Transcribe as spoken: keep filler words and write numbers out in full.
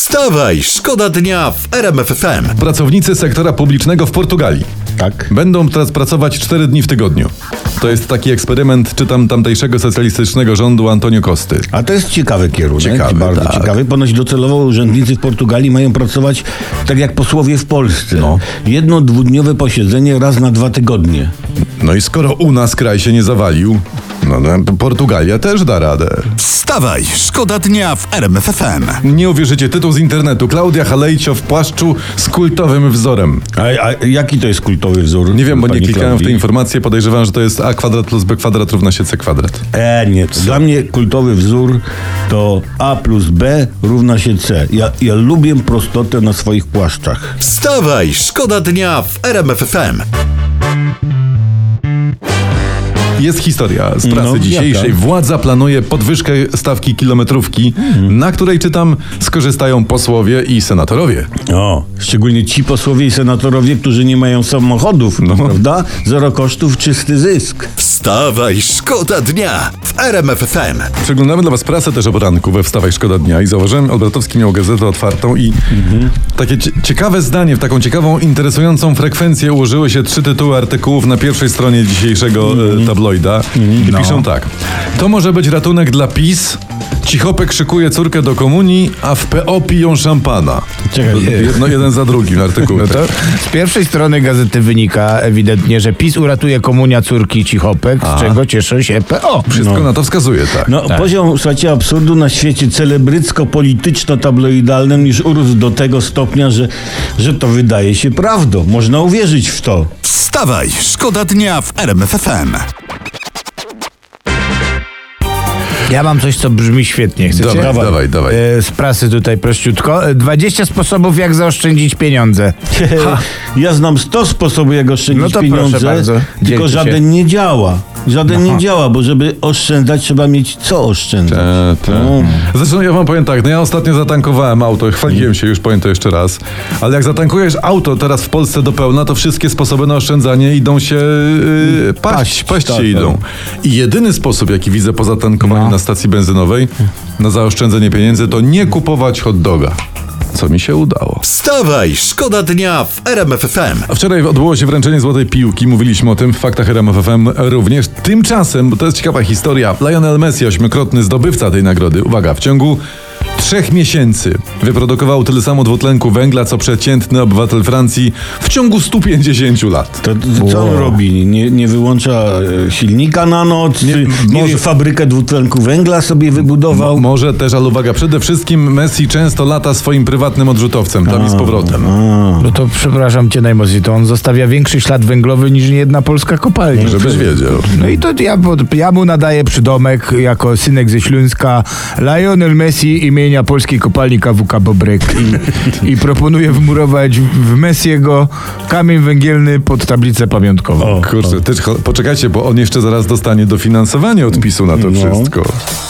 Wstawaj, szkoda dnia w R M F F M. Pracownicy sektora publicznego w Portugalii Tak. będą teraz pracować cztery dni w tygodniu. To jest taki eksperyment, czytam, tamtejszego socjalistycznego rządu Antonio Costy. A to jest ciekawy kierunek, Ciekawy, bardzo tak. ciekawy. Ponoć docelowo urzędnicy w Portugalii mają pracować tak jak posłowie w Polsce. No. Jedno dwudniowe posiedzenie raz na dwa tygodnie. No i skoro u nas kraj się nie zawalił, no, no to Portugalia też da radę. Wstawaj, szkoda dnia w R M F F M. Nie uwierzycie, tytuł z internetu. Klaudia Halejcio w płaszczu z kultowym wzorem. A, a jaki to jest kultowy wzór? Nie wiem, bo nie pani klikałem w Klaudii? te informacje. Podejrzewam, że to jest a kwadrat plus b kwadrat równa się c kwadrat. E, nie. Dla mnie kultowy wzór to a plus b równa się c. Ja, ja lubię prostotę na swoich płaszczach. Wstawaj, szkoda dnia w R M F F M. Jest historia z prasy No, dzisiejszej. jaka? Władza planuje podwyżkę stawki kilometrówki, Mhm. na której, czytam, skorzystają posłowie i senatorowie. O, szczególnie ci posłowie i senatorowie, którzy nie mają samochodów, No. prawda? Zero kosztów, czysty zysk. Wstawaj, szkoda dnia w R M F F M. Przeglądamy dla was prasę też o poranku we Wstawaj Szkoda Dnia i zauważyłem, Olbratowski miał gazetę otwartą i Mhm. takie cie- ciekawe zdanie, w taką ciekawą, interesującą frekwencję ułożyły się trzy tytuły artykułów na pierwszej stronie dzisiejszego Mhm. e, tabloida i piszą tak. To może być ratunek dla PiS. Cichopek szykuje córkę do komunii, a w P O piją szampana. Czekaj, Jedno, jeden za drugim artykuł. To z pierwszej strony gazety wynika ewidentnie, że PiS uratuje komunia córki Cichopek, z czego cieszy się P O. Wszystko No. na to wskazuje, tak. No, poziom, słuchajcie, absurdu na świecie celebrycko-polityczno-tabloidalnym już urósł do tego stopnia, że, że to wydaje się prawdą. Można uwierzyć w to. Wstawaj, szkoda dnia w R M F F M. Ja mam coś, co brzmi świetnie. Chcecie? Dawaj, dawaj, dawaj. E, Z prasy tutaj prościutko. E, dwadzieścia sposobów, jak zaoszczędzić pieniądze. Ja znam sto sposobów, jak oszczędzić No to pieniądze, proszę bardzo, tylko dzielcie się. żaden nie działa. Żaden nie działa, bo żeby oszczędzać, trzeba mieć co oszczędzać. E, te. No. Zresztą ja wam powiem tak, no ja ostatnio zatankowałem auto, chwaliłem się, już powiem to jeszcze raz, ale jak zatankujesz auto teraz w Polsce do pełna, to wszystkie sposoby na oszczędzanie idą się yy, paść, Paść, paść tak, się idą. I jedyny sposób, jaki widzę po zatankowaniu No. na stacji benzynowej na zaoszczędzenie pieniędzy, to nie kupować hot doga. Co mi się udało. Wstawaj, szkoda dnia w R M F F M. A wczoraj odbyło się wręczenie Złotej Piłki, mówiliśmy o tym w Faktach R M F F M również. Tymczasem, bo to jest ciekawa historia, Lionel Messi, ośmiokrotny zdobywca tej nagrody, uwaga, w ciągu trzech miesięcy wyprodukował tyle samo dwutlenku węgla, co przeciętny obywatel Francji w ciągu stu pięćdziesięciu lat. To, to co on robi? Nie, nie wyłącza e, silnika na noc? Nie, nie może- wiem, fabrykę dwutlenku węgla sobie wybudował? Mo- może też, ale uwaga, przede wszystkim Messi często lata swoim prywatnym odrzutowcem, tam i z powrotem. No to przepraszam cię najmocniej, to on zostawia większy ślad węglowy niż niejedna polska kopalnia. Żebyś wiedział. No i to ja, ja mu nadaję przydomek jako synek ze Śląska Lionel Messi imienia polskiej kopalni K W K Bobrek i, i proponuję wmurować w Messiego kamień węgielny pod tablicę pamiątkową. O. Kurczę, też, cho- poczekajcie, bo on jeszcze zaraz dostanie dofinansowanie od PiSu na to No. wszystko.